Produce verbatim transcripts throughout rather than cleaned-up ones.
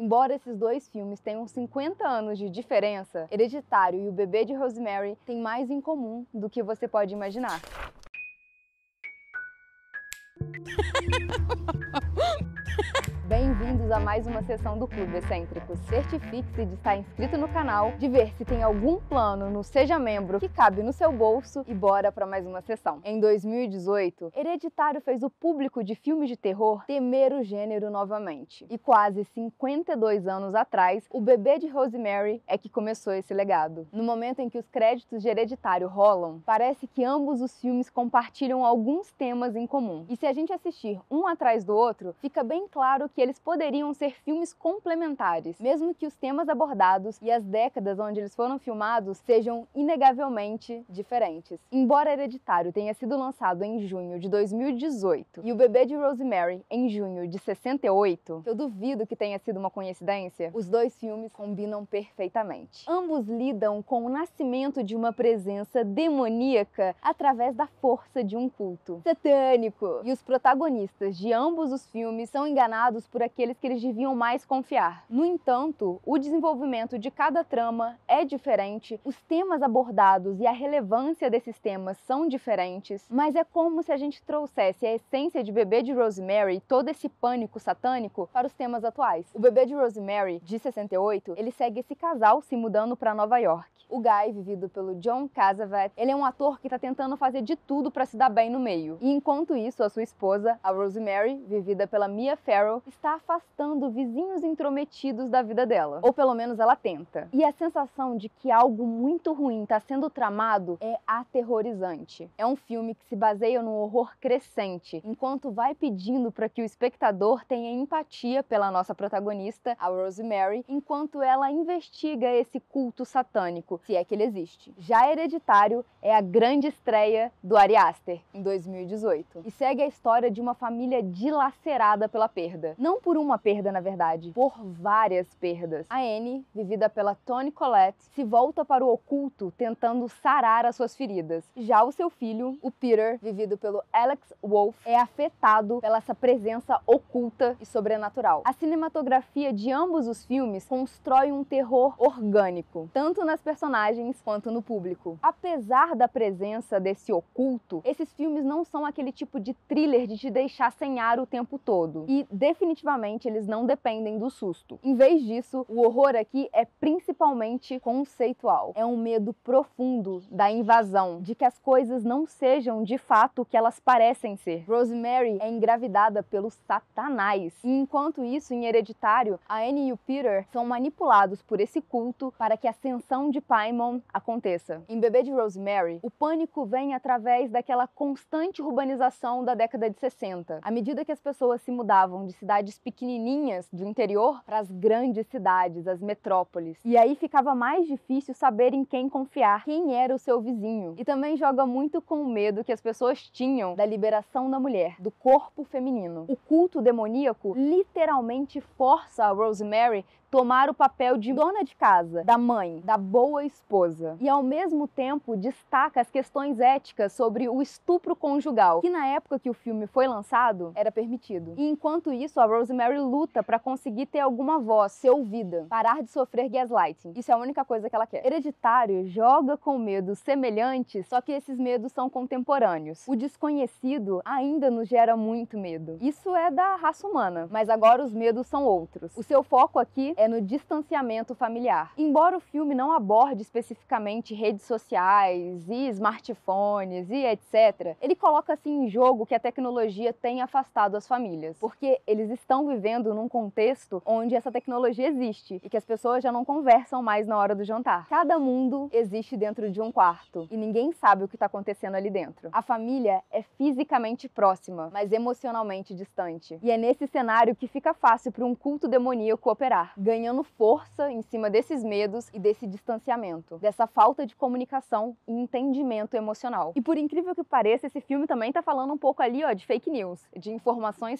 Embora esses dois filmes tenham cinquenta anos de diferença, Hereditário e O Bebê de Rosemary têm mais em comum do que você pode imaginar. Bem-vindos a mais uma sessão do Clube Excêntricos. Certifique-se de estar inscrito no canal, de ver se tem algum plano no Seja Membro que cabe no seu bolso e bora para mais uma sessão. Em dois mil e dezoito, Hereditário fez o público de filmes de terror temer o gênero novamente. E quase cinquenta e dois anos atrás, O Bebê de Rosemary é que começou esse legado. No momento em que os créditos de Hereditário rolam, parece que ambos os filmes compartilham alguns temas em comum. E se a gente assistir um atrás do outro, fica bem claro que eles poderiam ser filmes complementares, mesmo que os temas abordados e as décadas onde eles foram filmados sejam inegavelmente diferentes. Embora Hereditário tenha sido lançado em junho de dois mil e dezoito e O Bebê de Rosemary em junho de sessenta e oito, que eu duvido que tenha sido uma coincidência, os dois filmes combinam perfeitamente. Ambos lidam com o nascimento de uma presença demoníaca através da força de um culto satânico, e os protagonistas de ambos os filmes são enganados por aqueles que eles deviam mais confiar. No entanto, o desenvolvimento de cada trama é diferente, os temas abordados e a relevância desses temas são diferentes, mas é como se a gente trouxesse a essência de Bebê de Rosemary e todo esse pânico satânico para os temas atuais. O Bebê de Rosemary, de sessenta e oito, ele segue esse casal se mudando para Nova York. O Guy, vivido pelo John Cassavetes, ele é um ator que está tentando fazer de tudo para se dar bem no meio. E enquanto isso, a sua esposa, a Rosemary, vivida pela Mia Farrow, está afastando vizinhos intrometidos da vida dela. Ou pelo menos ela tenta. E a sensação de que algo muito ruim está sendo tramado é aterrorizante. É um filme que se baseia num horror crescente, enquanto vai pedindo para que o espectador tenha empatia pela nossa protagonista, a Rosemary, enquanto ela investiga esse culto satânico, se é que ele existe. Já Hereditário é a grande estreia do Ari Aster, em dois mil e dezoito, e segue a história de uma família dilacerada pela perda. Não por uma perda, na verdade, por várias perdas. A Annie, vivida pela Toni Collette, se volta para o oculto tentando sarar as suas feridas. Já o seu filho, o Peter, vivido pelo Alex Wolff, é afetado pela essa presença oculta e sobrenatural. A cinematografia de ambos os filmes constrói um terror orgânico, tanto nas personagens quanto no público. Apesar da presença desse oculto, esses filmes não são aquele tipo de thriller de te deixar sem ar o tempo todo. E definitivamente eles não dependem do susto. Em vez disso, o horror aqui é principalmente conceitual. É um medo profundo da invasão, de que as coisas não sejam de fato o que elas parecem ser. Rosemary é engravidada pelo Satanás. E enquanto isso, em Hereditário, a Annie e o Peter são manipulados por esse culto para que a ascensão de Paimon aconteça. Em Bebê de Rosemary, o pânico vem através daquela constante urbanização da década de sessenta. À medida que as pessoas se mudavam de cidades pequenininhas do interior para as grandes cidades, as metrópoles. E aí ficava mais difícil saber em quem confiar, quem era o seu vizinho. E também joga muito com o medo que as pessoas tinham da liberação da mulher, do corpo feminino. O culto demoníaco literalmente força a Rosemary tomar o papel de dona de casa, da mãe, da boa esposa. E ao mesmo tempo destaca as questões éticas sobre o estupro conjugal, que na época que o filme foi lançado, era permitido. E enquanto isso, a Rosemary luta para conseguir ter alguma voz, ser ouvida, parar de sofrer gaslighting. Isso é a única coisa que ela quer. Hereditário joga com medos semelhantes, só que esses medos são contemporâneos. O desconhecido ainda nos gera muito medo. Isso é da raça humana, mas agora os medos são outros. O seu foco aqui é no distanciamento familiar. Embora o filme não aborde especificamente redes sociais e smartphones e etcétera, ele coloca assim em jogo que a tecnologia tem afastado as famílias, porque eles estão vivendo num contexto onde essa tecnologia existe e que as pessoas já não conversam mais na hora do jantar. Cada mundo existe dentro de um quarto e ninguém sabe o que está acontecendo ali dentro. A família é fisicamente próxima, mas emocionalmente distante. E é nesse cenário que fica fácil para um culto demoníaco operar, ganhando força em cima desses medos e desse distanciamento, dessa falta de comunicação e entendimento emocional. E por incrível que pareça, esse filme também tá falando um pouco ali, ó, de fake news, de informações falsas.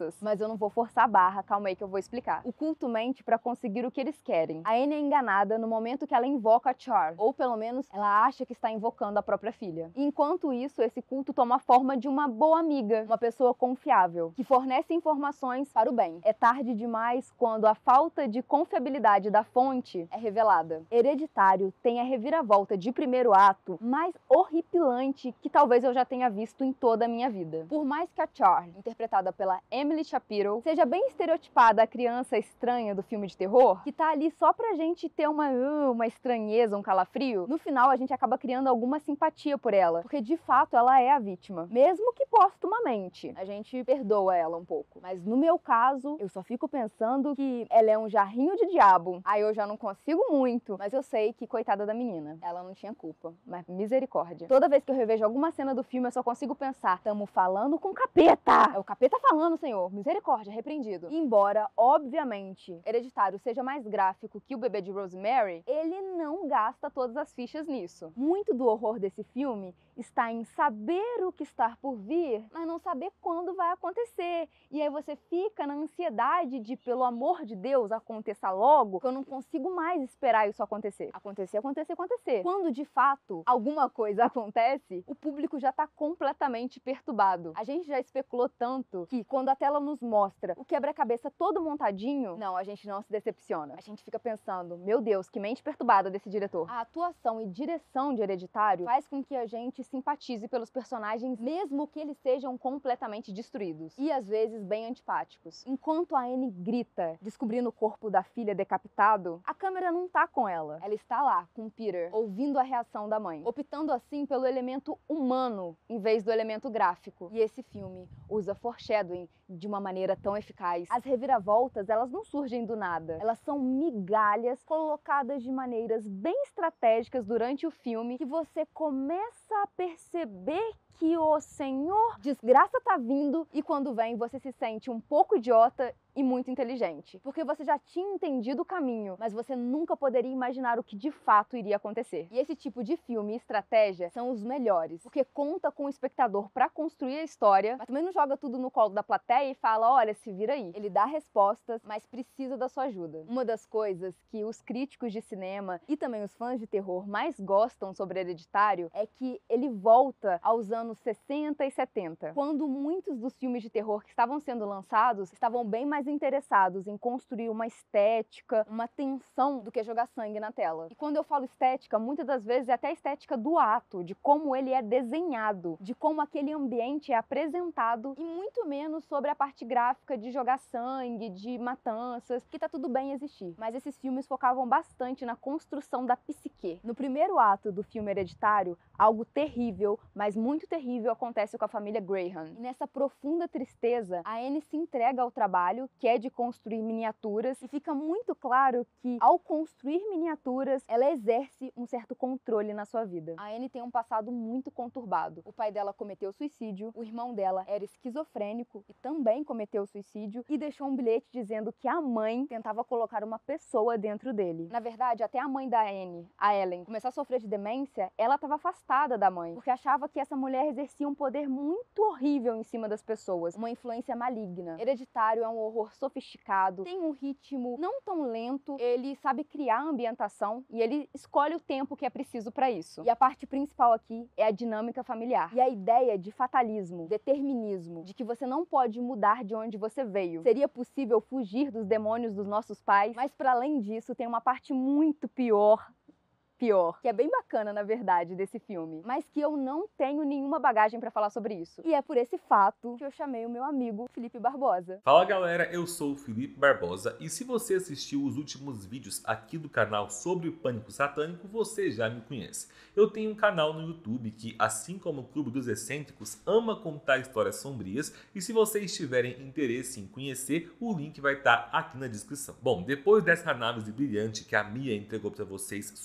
crianças. Mas eu não vou forçar a barra, calma aí que eu vou explicar. O culto mente para conseguir o que eles querem. A Annie é enganada no momento que ela invoca a Char, ou pelo menos ela acha que está invocando a própria filha. E enquanto isso, esse culto toma a forma de uma boa amiga, uma pessoa confiável, que fornece informações para o bem. É tarde demais quando a falta de confiabilidade da fonte é revelada. Hereditário tem a reviravolta de primeiro ato mais horripilante que talvez eu já tenha visto em toda a minha vida. Por mais que a Char, interpretada pela Emily Shapiro, seja bem estereotipada a criança estranha do filme de terror, que tá ali só pra gente ter uma, uh, uma estranheza, um calafrio, no final a gente acaba criando alguma simpatia por ela, porque de fato ela é a vítima. Mesmo que postumamente, a gente perdoa ela um pouco. Mas no meu caso, eu só fico pensando que ela é um jarrinho de diabo. Aí eu já não consigo muito, mas eu sei que coitada da menina, ela não tinha culpa, mas misericórdia. Toda vez que eu revejo alguma cena do filme, eu só consigo pensar, tamo falando com o capeta! É o capeta falando, senhor, misericórdia, repreendido. E embora, obviamente, Hereditário seja mais gráfico que o Bebê de Rosemary, ele não gasta todas as fichas nisso. Muito do horror desse filme está em saber o que está por vir, mas não saber quando vai acontecer. E aí você fica na ansiedade de, pelo amor de Deus, aconteça logo, que eu não consigo mais esperar isso acontecer. Acontecer, acontecer, acontecer. Quando, de fato, alguma coisa acontece, o público já está completamente perturbado. A gente já especulou tanto que, quando a tela nos mostra o quebra-cabeça todo montadinho, não, a gente não se decepciona. A gente fica pensando, meu Deus, que mente perturbada desse diretor. A atuação e direção de Hereditário faz com que a gente simpatize pelos personagens, mesmo que eles sejam completamente destruídos. E às vezes bem antipáticos. Enquanto a Annie grita, descobrindo o corpo da filha decapitado, a câmera não tá com ela. Ela está lá, com Peter, ouvindo a reação da mãe. Optando assim pelo elemento humano, em vez do elemento gráfico. E esse filme usa foreshadowing de uma maneira tão eficaz. As reviravoltas, elas não surgem do nada. Elas são migalhas colocadas de maneiras bem estratégicas durante o filme, que você começa a perceber que o Senhor desgraça tá vindo, e quando vem você se sente um pouco idiota e muito inteligente. Porque você já tinha entendido o caminho, mas você nunca poderia imaginar o que de fato iria acontecer. E esse tipo de filme e estratégia são os melhores, porque conta com o espectador pra construir a história, mas também não joga tudo no colo da plateia e fala, olha, se vira aí. Ele dá respostas, mas precisa da sua ajuda. Uma das coisas que os críticos de cinema e também os fãs de terror mais gostam sobre Hereditário é que ele volta aos anos sessenta e setenta, quando muitos dos filmes de terror que estavam sendo lançados estavam bem mais interessados em construir uma estética, uma tensão, do que jogar sangue na tela. E quando eu falo estética, muitas das vezes é até a estética do ato, de como ele é desenhado, de como aquele ambiente é apresentado, e muito menos sobre a parte gráfica de jogar sangue, de matanças, que tá tudo bem existir. Mas esses filmes focavam bastante na construção da psique. No primeiro ato do filme Hereditário, algo terrível, mas muito terrível, acontece com a família Graham. E nessa profunda tristeza, a Annie se entrega ao trabalho, que é de construir miniaturas, e fica muito claro que, ao construir miniaturas, ela exerce um certo controle na sua vida. A Annie tem um passado muito conturbado. O pai dela cometeu suicídio, o irmão dela era esquizofrênico e também cometeu suicídio, e deixou um bilhete dizendo que a mãe tentava colocar uma pessoa dentro dele. Na verdade, até a mãe da Annie, a Ellen, começar a sofrer de demência, ela estava afastada da mãe, porque achava que essa mulher exercia um poder muito horrível em cima das pessoas, uma influência maligna. Hereditário é um horror sofisticado, tem um ritmo não tão lento, ele sabe criar ambientação e ele escolhe o tempo que é preciso para isso. E a parte principal aqui é a dinâmica familiar e a ideia de fatalismo, determinismo, de que você não pode mudar de onde você veio. Seria possível fugir dos demônios dos nossos pais, mas para além disso tem uma parte muito pior pior, que é bem bacana, na verdade, desse filme, mas que eu não tenho nenhuma bagagem pra falar sobre isso. E é por esse fato que eu chamei o meu amigo Felipe Barbosa. Fala galera, eu sou o Felipe Barbosa e se você assistiu os últimos vídeos aqui do canal sobre o Pânico Satânico, você já me conhece. Eu tenho um canal no YouTube que, assim como o Clube dos Excêntricos, ama contar histórias sombrias, e se vocês tiverem interesse em conhecer, o link vai estar aqui na descrição. Bom, depois dessa análise brilhante que a Mia entregou pra vocês sobre o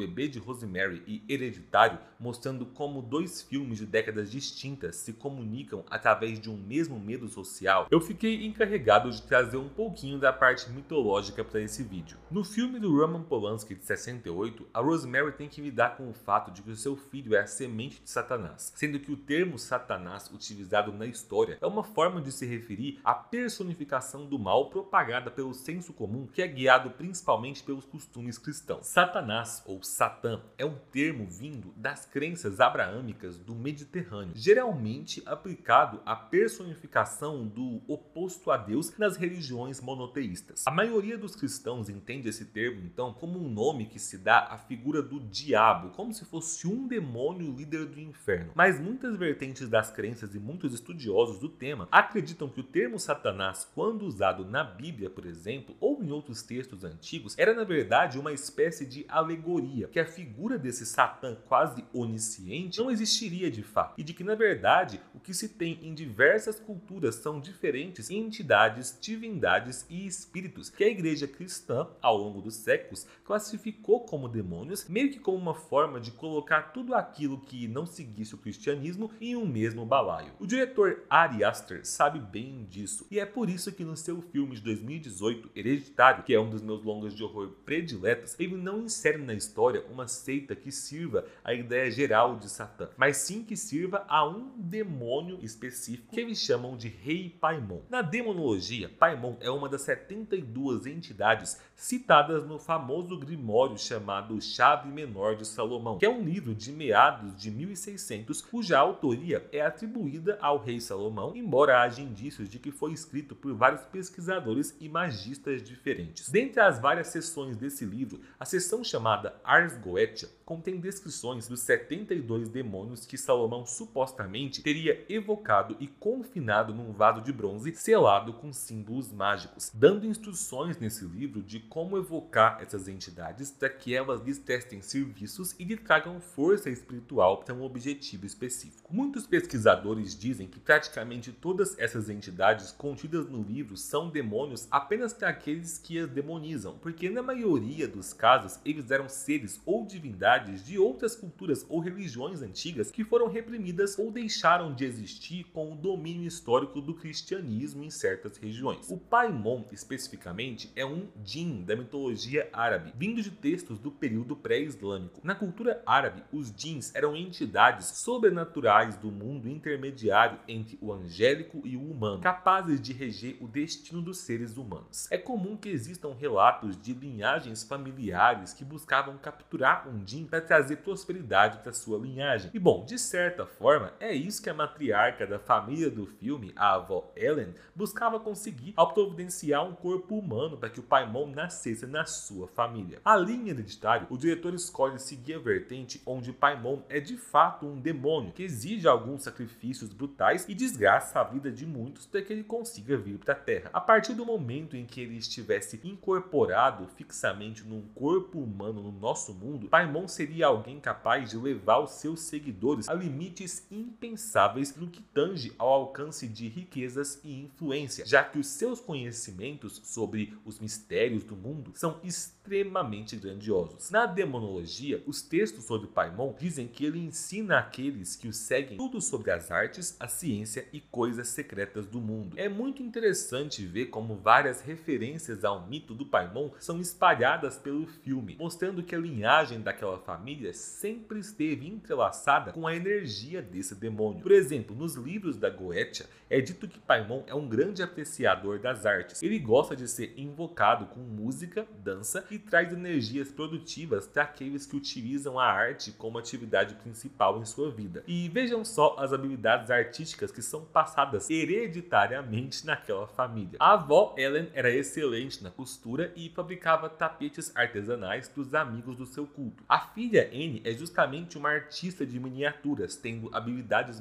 Bebê de Rosemary e Hereditário, mostrando como dois filmes de décadas distintas se comunicam através de um mesmo medo social, eu fiquei encarregado de trazer um pouquinho da parte mitológica para esse vídeo. No filme do Roman Polanski de sessenta e oito, a Rosemary tem que lidar com o fato de que o seu filho é a semente de Satanás, sendo que o termo Satanás utilizado na história é uma forma de se referir à personificação do mal propagada pelo senso comum, que é guiado principalmente pelos costumes cristãos. Satanás, ou Satã, é um termo vindo das crenças abraâmicas do Mediterrâneo, geralmente aplicado à personificação do oposto a Deus nas religiões monoteístas. A maioria dos cristãos entende esse termo, então, como um nome que se dá à figura do diabo, como se fosse um demônio líder do inferno. Mas muitas vertentes das crenças e muitos estudiosos do tema acreditam que o termo Satanás, quando usado na Bíblia, por exemplo, ou em outros textos antigos, era na verdade uma espécie de alegoria, que a figura desse Satã quase onisciente não existiria de fato, e de que na verdade o que se tem em diversas culturas são diferentes entidades, divindades e espíritos que a igreja cristã, ao longo dos séculos, classificou como demônios, meio que como uma forma de colocar tudo aquilo que não seguisse o cristianismo em um mesmo balaio. O diretor Ari Aster sabe bem disso, e é por isso que no seu filme de dois mil e dezoito, Hereditário, que é um dos meus longas de horror prediletos, ele não insere na história uma seita que sirva a ideia geral de Satã, mas sim que sirva a um demônio específico que eles chamam de Rei Paimon. Na demonologia, Paimon é uma das setenta e duas entidades citadas no famoso grimório chamado Chave Menor de Salomão, que é um livro de meados de mil e seiscentos, cuja autoria é atribuída ao rei Salomão, embora haja indícios de que foi escrito por vários pesquisadores e magistas diferentes. Dentre as várias seções desse livro, a seção chamada Ars Goetia contém descrições dos setenta e dois demônios que Salomão supostamente teria evocado e confinado num vaso de bronze selado com símbolos mágicos, dando instruções nesse livro de como evocar essas entidades para que elas lhes testem serviços e lhe tragam força espiritual para um objetivo específico. Muitos pesquisadores dizem que praticamente todas essas entidades contidas no livro são demônios apenas para aqueles que as demonizam, porque na maioria dos casos eles eram seres ou divindades de outras culturas ou religiões antigas que foram reprimidas ou deixaram de existir com o domínio histórico do cristianismo em certas regiões. O Paimon, especificamente, é um djinn da mitologia árabe, vindo de textos do período pré-islâmico. Na cultura árabe, os djinns eram entidades sobrenaturais do mundo intermediário entre o angélico e o humano, capazes de reger o destino dos seres humanos. É comum que existam relatos de linhagens familiares que buscavam capturar um djinn para trazer prosperidade para sua linhagem. E bom, de certa forma, é isso que a matriarca da família do filme, a avó Ellen, buscava conseguir ao providenciar um corpo humano para que o Paimon nascesse na sua família. A linha Hereditário, o diretor escolhe seguir a vertente onde Paimon é de fato um demônio que exige alguns sacrifícios brutais e desgraça a vida de muitos para que ele consiga vir para a Terra. A partir do momento em que ele estivesse incorporado fixamente num corpo humano no nosso mundo, Paimon seria alguém capaz de levar os seus seguidores a limites impensáveis no que tange ao alcance de riquezas e influência, já que os seus conhecimentos sobre os mistérios do mundo são extremamente grandiosos. Na demonologia, os textos sobre Paimon dizem que ele ensina àqueles que o seguem tudo sobre as artes, a ciência e coisas secretas do mundo. É muito interessante ver como várias referências ao mito do Paimon são espalhadas pelo filme, mostrando que a linhagem daquela família sempre esteve entrelaçada com a energia desse demônio. Por exemplo, nos livros da Goetia, é dito que Paimon é um grande apreciador das artes. Ele gosta de ser invocado com música, dança e traz energias produtivas para aqueles que utilizam a arte como atividade principal em sua vida. E vejam só as habilidades artísticas que são passadas hereditariamente naquela família. A avó Ellen era excelente na costura e fabricava tapetes artesanais para os amigos do seu culto. A filha Anne é justamente uma artista de miniaturas, tendo habilidades manuais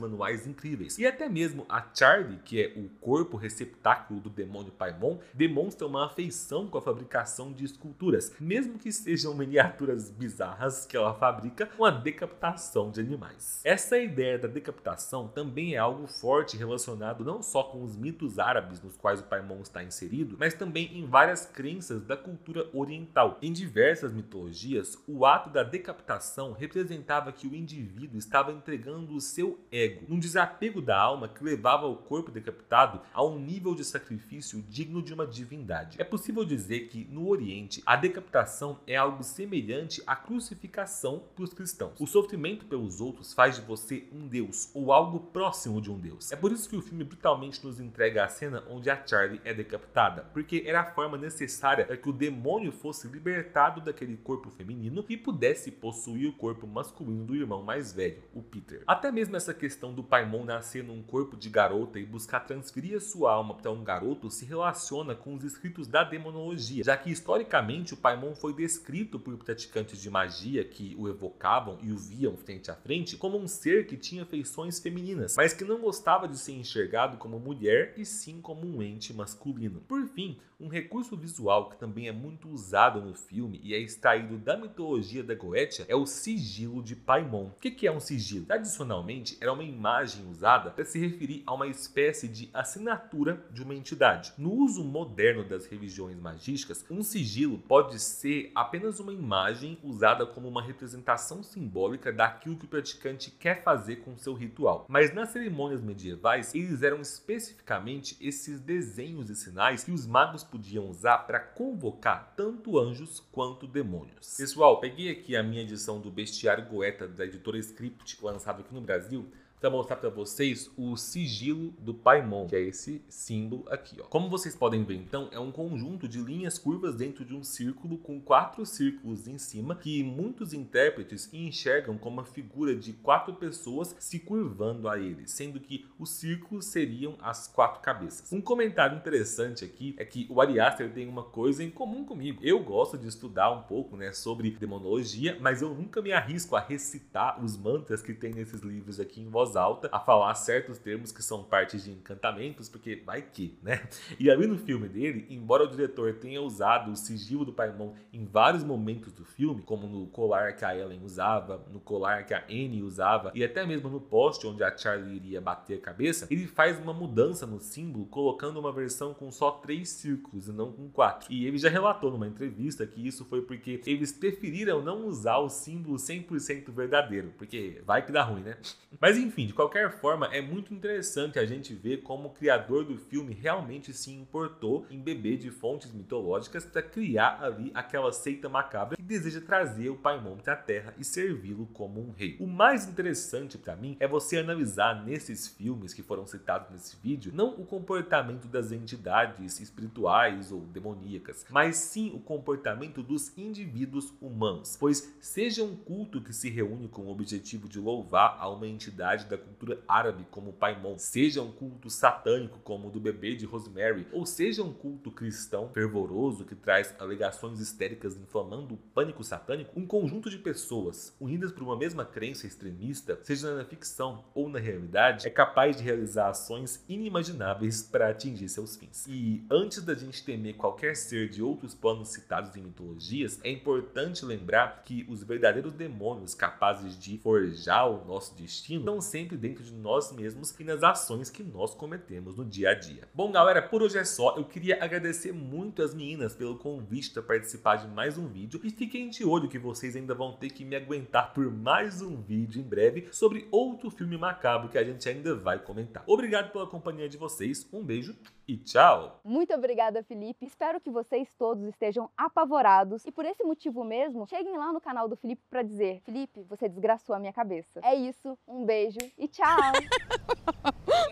mais incríveis. E até mesmo a Charlie, que é o corpo receptáculo do demônio Paimon, demonstra uma afeição com a fabricação de esculturas, mesmo que sejam miniaturas bizarras que ela fabrica com a decapitação de animais. Essa ideia da decapitação também é algo forte relacionado não só com os mitos árabes nos quais o Paimon está inserido, mas também em várias crenças da cultura oriental. Em diversas mitologias, o ato da decapitação representava que o indivíduo estava entregando o seu ego, num desapego da alma que levava o corpo decapitado a um nível de sacrifício digno de uma divindade. É possível dizer que, no Oriente, a decapitação é algo semelhante à crucificação para os cristãos. O sofrimento pelos outros faz de você um deus, ou algo próximo de um deus. É por isso que o filme brutalmente nos entrega a cena onde a Charlie é decapitada, porque era a forma necessária para que o demônio fosse libertado daquele corpo feminino e pudesse possuir o corpo masculino do irmão mais velho, o Peter. Até mesmo essa questão do Paimon nascer num corpo de garota e buscar transferir a sua alma para um garoto se relaciona com os escritos da demonologia, já que historicamente o Paimon foi descrito por praticantes de magia que o evocavam e o viam frente a frente como um ser que tinha feições femininas, mas que não gostava de ser enxergado como mulher e sim como um ente masculino. Por fim, um recurso visual que também é muito usado no filme e é extraído da mitologia da Goetia é o sigilo de Paimon. O que é um sigilo? Tradicionalmente, era uma imagem usada para se referir a uma espécie de assinatura de uma entidade. No uso moderno das religiões magísticas, um sigilo pode ser apenas uma imagem usada como uma representação simbólica daquilo que o praticante quer fazer com seu ritual. Mas nas cerimônias medievais, eles eram especificamente esses desenhos e sinais que os magos podiam usar para convocar tanto anjos quanto demônios. Pessoal, peguei aqui a minha edição do Bestiário Goeta da editora Script, lançada aqui no Brasil, para mostrar para vocês o sigilo do Paimon, que é esse símbolo aqui, ó. Como vocês podem ver, então, é um conjunto de linhas curvas dentro de um círculo com quatro círculos em cima que muitos intérpretes enxergam como uma figura de quatro pessoas se curvando a ele, sendo que os círculos seriam as quatro cabeças. Um comentário interessante aqui é que o Ari Aster tem uma coisa em comum comigo. Eu gosto de estudar um pouco, né, sobre demonologia, mas eu nunca me arrisco a recitar os mantras que tem nesses livros aqui em voz alta, a falar certos termos que são partes de encantamentos, porque vai que, né? E ali no filme dele, embora o diretor tenha usado o sigilo do Paimon em vários momentos do filme, como no colar que a Ellen usava, no colar que a Annie usava e até mesmo no poste onde a Charlie iria bater a cabeça, ele faz uma mudança no símbolo, colocando uma versão com só três círculos e não com quatro. E ele já relatou numa entrevista que isso foi porque eles preferiram não usar o símbolo cem por cento verdadeiro, porque vai que dá ruim, né? Mas enfim, de qualquer forma, é muito interessante a gente ver como o criador do filme realmente se importou em beber de fontes mitológicas para criar ali aquela seita macabra que deseja trazer o Paimon para a Terra e servi-lo como um rei. O mais interessante para mim é você analisar nesses filmes que foram citados nesse vídeo, não o comportamento das entidades espirituais ou demoníacas, mas sim o comportamento dos indivíduos humanos, pois seja um culto que se reúne com o objetivo de louvar a uma entidade da cultura árabe como o Paimon, seja um culto satânico como o do bebê de Rosemary, ou seja um culto cristão fervoroso que traz alegações histéricas inflamando o pânico satânico, um conjunto de pessoas unidas por uma mesma crença extremista, seja na ficção ou na realidade, é capaz de realizar ações inimagináveis para atingir seus fins. E antes da gente temer qualquer ser de outros planos citados em mitologias, é importante lembrar que os verdadeiros demônios capazes de forjar o nosso destino estão sempre dentro de nós mesmos e nas ações que nós cometemos no dia a dia. Bom, galera, por hoje é só. Eu queria agradecer muito as meninas pelo convite para participar de mais um vídeo e fiquem de olho que vocês ainda vão ter que me aguentar por mais um vídeo em breve sobre outro filme macabro que a gente ainda vai comentar. Obrigado pela companhia de vocês, um beijo e tchau! Muito obrigada, Felipe. Espero que vocês todos estejam apavorados e por esse motivo mesmo, cheguem lá no canal do Felipe para dizer: Felipe, você desgraçou a minha cabeça. É isso, um beijo e tchau!